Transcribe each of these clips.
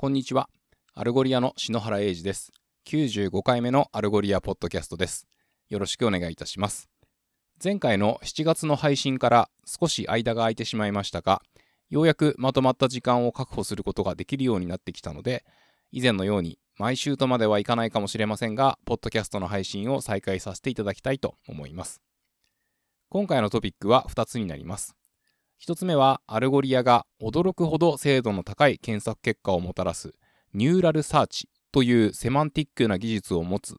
こんにちは。アルゴリアの篠原英二です。95回目のアルゴリアポッドキャストです。よろしくお願いいたします。前回の7月の配信から少し間が空いてしまいましたが、ようやくまとまった時間を確保することができるようになってきたので、以前のように毎週とまではいかないかもしれませんが、ポッドキャストの配信を再開させていただきたいと思います。今回のトピックは2つになります。1つ目は、アルゴリアが驚くほど精度の高い検索結果をもたらすニューラルサーチというセマンティックな技術を持つ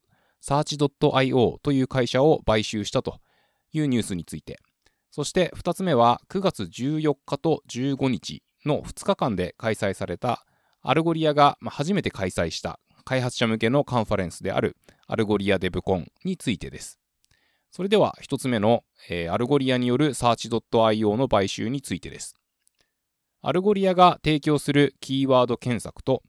Search.io という会社を買収したというニュースについて、そして2つ目は9月14日と15日の2日間で開催されたアルゴリアが初めて開催した開発者向けのカンファレンスであるアルゴリアデブコンについてです。それでは1つ目の、アルゴリアによる Search.io の買収についてです。アルゴリアが提供するキーワード検索と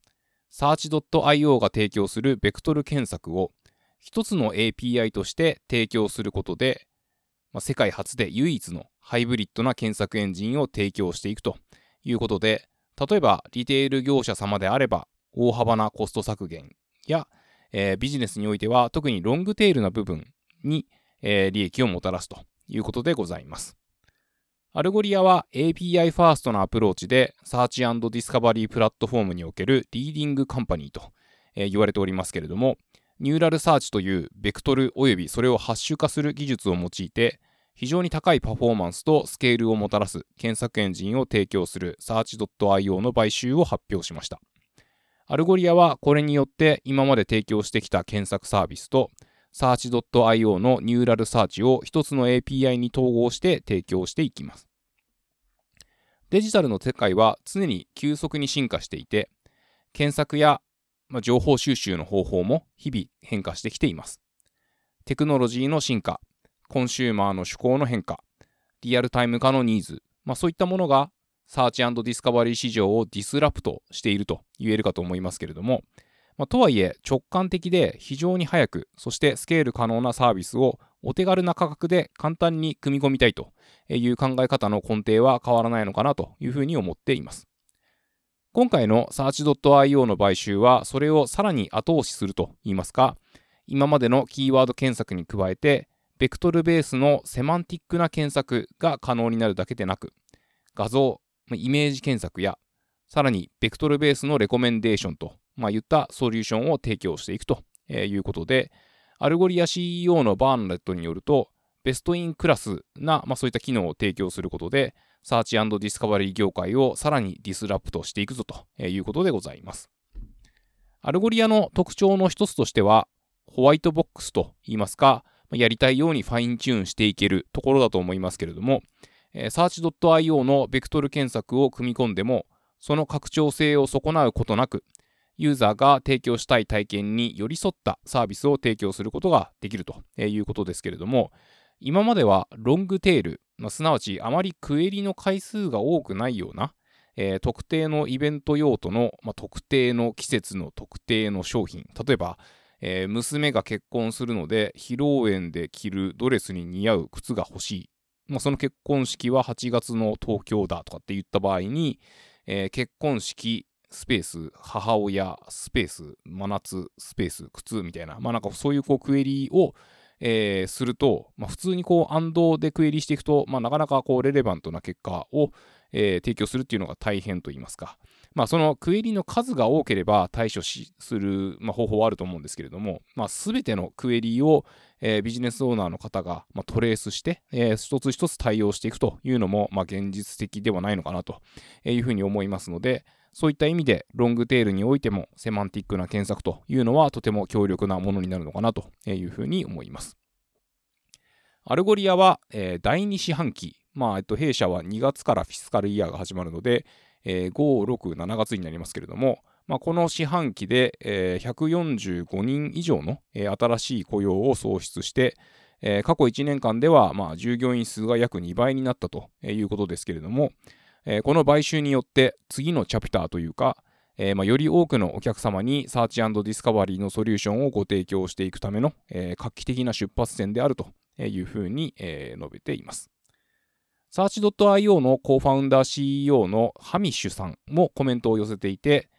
Search.io が提供するベクトル検索を一つの API として提供することで、世界初で唯一のハイブリッドな検索エンジンを提供していくということで、例えばリテール業者様であれば大幅なコスト削減や、ビジネスにおいては特にロングテールな部分に利益をもたらすということでございます。アルゴリアは API ファーストなアプローチでサーチ&ディスカバリープラットフォームにおけるリーディングカンパニーと言われておりますけれども、ニューラルサーチというベクトルおよびそれをハッシュ化する技術を用いて非常に高いパフォーマンスとスケールをもたらす検索エンジンを提供する Search.io の買収を発表しました。アルゴリアはこれによって今まで提供してきた検索サービスとSearch.io のニューラルサーチを一つの API に統合して提供していきます。デジタルの世界は常に急速に進化していて、検索や情報収集の方法も日々変化してきています。テクノロジーの進化、コンシューマーの趣向の変化、リアルタイム化のニーズ、そういったものがサーチ&ディスカバリー市場をディスラプトしていると言えるかと思いますけれども、とはいえ直感的で非常に早く、そしてスケール可能なサービスをお手軽な価格で簡単に組み込みたいという考え方の根底は変わらないのかなというふうに思っています。今回の Search.io の買収はそれをさらに後押しするといいますか、今までのキーワード検索に加えてベクトルベースのセマンティックな検索が可能になるだけでなく、画像、イメージ検索やさらにベクトルベースのレコメンデーションといったソリューションを提供していくということで、アルゴリア CEO のバーンレットによると、ベストインクラスな、そういった機能を提供することで、サーチ&ディスカバリー業界をさらにディスラプトしていくぞということでございます。アルゴリアの特徴の一つとしては、ホワイトボックスといいますか、やりたいようにファインチューンしていけるところだと思いますけれども、Search.io のベクトル検索を組み込んでも、その拡張性を損なうことなく、ユーザーが提供したい体験に寄り添ったサービスを提供することができるということですけれども、今まではロングテール、すなわちあまりクエリの回数が多くないような、特定のイベント用途の、特定の季節の特定の商品、例えば、娘が結婚するので披露宴で着るドレスに似合う靴が欲しい、その結婚式は8月の東京だとかって言った場合に、結婚式スペース母親スペース真夏スペース靴みたいな、なんかそういうクエリを、すると、普通に&でクエリしていくと、なかなかレレバントな結果を、提供するっていうのが大変と言いますか、そのクエリの数が多ければ対処する、方法はあると思うんですけれども、全てのクエリを、ビジネスオーナーの方が、トレースして、一つ一つ対応していくというのも、現実的ではないのかなというふうに思いますので、そういった意味でロングテールにおいてもセマンティックな検索というのはとても強力なものになるのかなというふうに思います。アルゴリアは、第2四半期、弊社は2月からフィスカルイヤーが始まるので、5、6、7月になりますけれども、この四半期で、145人以上の、新しい雇用を創出して、過去1年間では、従業員数が約2倍になったということですけれども、この買収によって次のチャプターというか、より多くのお客様にサーチ&ディスカバリーのソリューションをご提供していくための、画期的な出発点であるというふうに、述べています。Search.io のコーファウンダー CEO のハミッシュさんもコメントを寄せていて、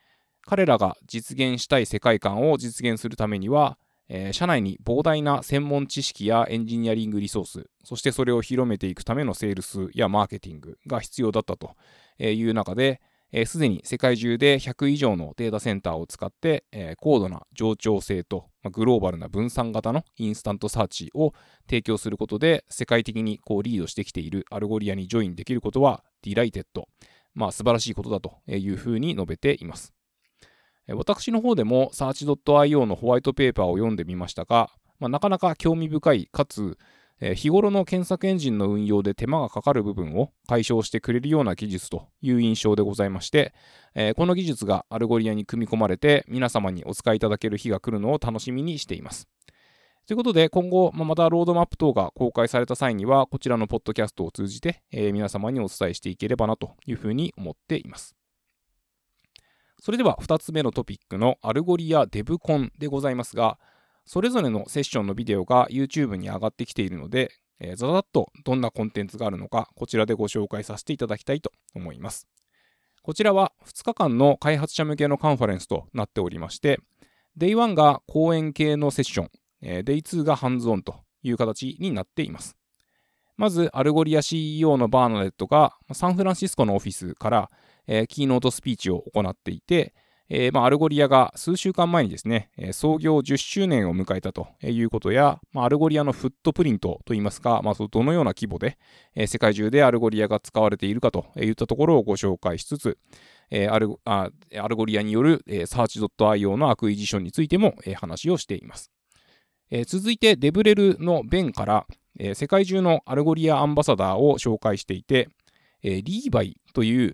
彼らが実現したい世界観を実現するためには、社内に膨大な専門知識やエンジニアリングリソース、そしてそれを広めていくためのセールスやマーケティングが必要だったという中で、すでに世界中で100以上のデータセンターを使って、高度な冗長性と、グローバルな分散型のインスタントサーチを提供することで、世界的にリードしてきているアルゴリアにジョインできることはディライテッド、素晴らしいことだというふうに述べています。私の方でも Search.io のホワイトペーパーを読んでみましたが、なかなか興味深いかつ日頃の検索エンジンの運用で手間がかかる部分を解消してくれるような技術という印象でございまして、この技術がアルゴリアに組み込まれて皆様にお使いいただける日が来るのを楽しみにしています。ということで今後またロードマップ等が公開された際にはこちらのポッドキャストを通じて皆様にお伝えしていければなというふうに思っています。それでは2つ目のトピックのアルゴリアデブコンでございますが、それぞれのセッションのビデオが YouTube に上がってきているので、ざざっとどんなコンテンツがあるのか、こちらでご紹介させていただきたいと思います。こちらは2日間の開発者向けのカンファレンスとなっておりまして、Day1 が講演系のセッション、Day2 がハンズオンという形になっています。まず、アルゴリア CEO のバーナレットがサンフランシスコのオフィスからキーノートスピーチを行っていて、アルゴリアが数週間前にですね、創業10周年を迎えたということや、アルゴリアのフットプリントといいますか、どのような規模で世界中でアルゴリアが使われているかといったところをご紹介しつつ、アルゴリアによるSearch.io のアクイジションについても話をしています。続いてデブレルのベンから世界中のアルゴリアアンバサダーを紹介していて、リーバイという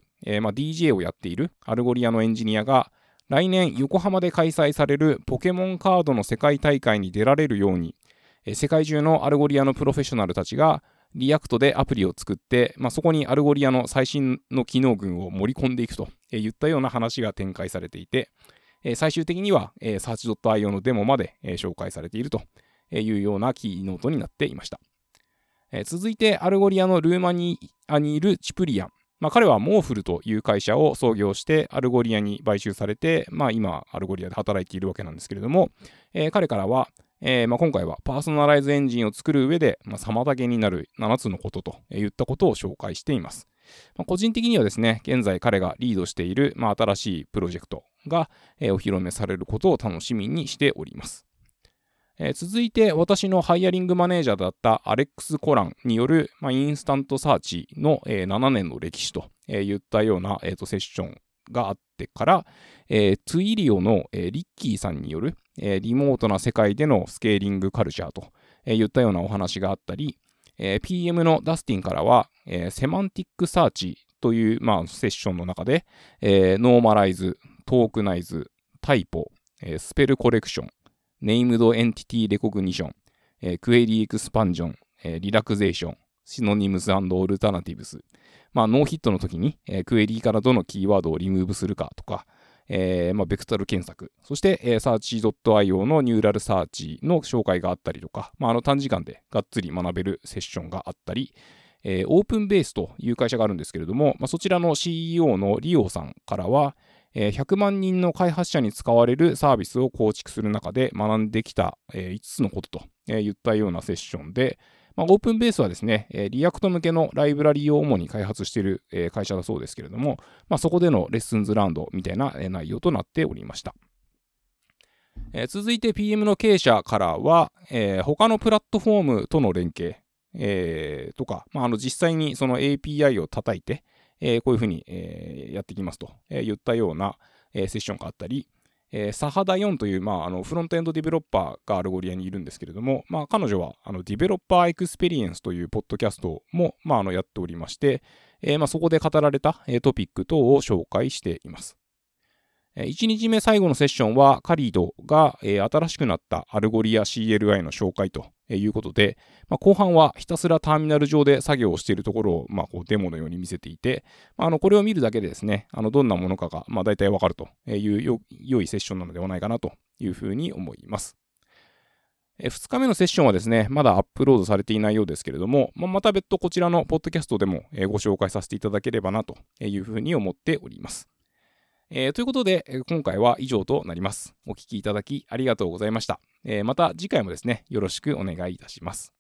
DJ をやっているアルゴリアのエンジニアが来年横浜で開催されるポケモンカードの世界大会に出られるように、世界中のアルゴリアのプロフェッショナルたちがリアクトでアプリを作って、そこにアルゴリアの最新の機能群を盛り込んでいくといったような話が展開されていて、最終的には Search.io のデモまで紹介されているというようなキーノートになっていました。続いてアルゴリアのルーマニアにいるチプリアン。彼はモーフルという会社を創業してアルゴリアに買収されて、今アルゴリアで働いているわけなんですけれども、彼からは、今回はパーソナライズエンジンを作る上で、妨げになる7つのことといったことを紹介しています。個人的にはですね、現在彼がリードしている、新しいプロジェクトが、お披露目されることを楽しみにしております。続いて私のハイアリングマネージャーだったアレックス・コランによる、インスタントサーチの、7年の歴史といったような、セッションがあってから、ツイリオの、リッキーさんによる、リモートな世界でのスケーリングカルチャーといったようなお話があったり、PM のダスティンからは、セマンティックサーチという、セッションの中で、ノーマライズ、トークナイズ、タイポ、スペルコレクション、ネイムドエンティティレコグニション、クエリエクスパンジョン、リラクゼーション、シノニムズ&オルタナティブス。ノーヒットの時に、クエリからどのキーワードをリムーブするかとか、ベクトル検索、そして、Search.io のニューラルサーチの紹介があったりとか、短時間でがっつり学べるセッションがあったり、オープンベースという会社があるんですけれども、そちらの CEO のリオさんからは、100万人の開発者に使われるサービスを構築する中で学んできた5つのことといったようなセッションで、オープンベースはですね、リアクト向けのライブラリを主に開発している会社だそうですけれども、そこでのレッスンズラウンドみたいな内容となっておりました。続いて PM の経営者からは、他のプラットフォームとの連携、とか、実際にその API を叩いて、こういうふうに、やっていきますといったような、セッションがあったり、サハダ4という、フロントエンドディベロッパーがアルゴリアにいるんですけれども、彼女はディベロッパーエクスペリエンスというポッドキャストも、やっておりまして、そこで語られた、トピック等を紹介しています。1日目最後のセッションはカリードが新しくなったアルゴリア CLI の紹介ということで、後半はひたすらターミナル上で作業をしているところをデモのように見せていて、これを見るだけでですね、どんなものかが大体わかるという良いセッションなのではないかなというふうに思います。2日目のセッションはですね、まだアップロードされていないようですけれども、また別途こちらのポッドキャストでもご紹介させていただければなというふうに思っております。 ということで、今回は以上となります。お聞きいただきありがとうございました。また次回もですね、よろしくお願いいたします。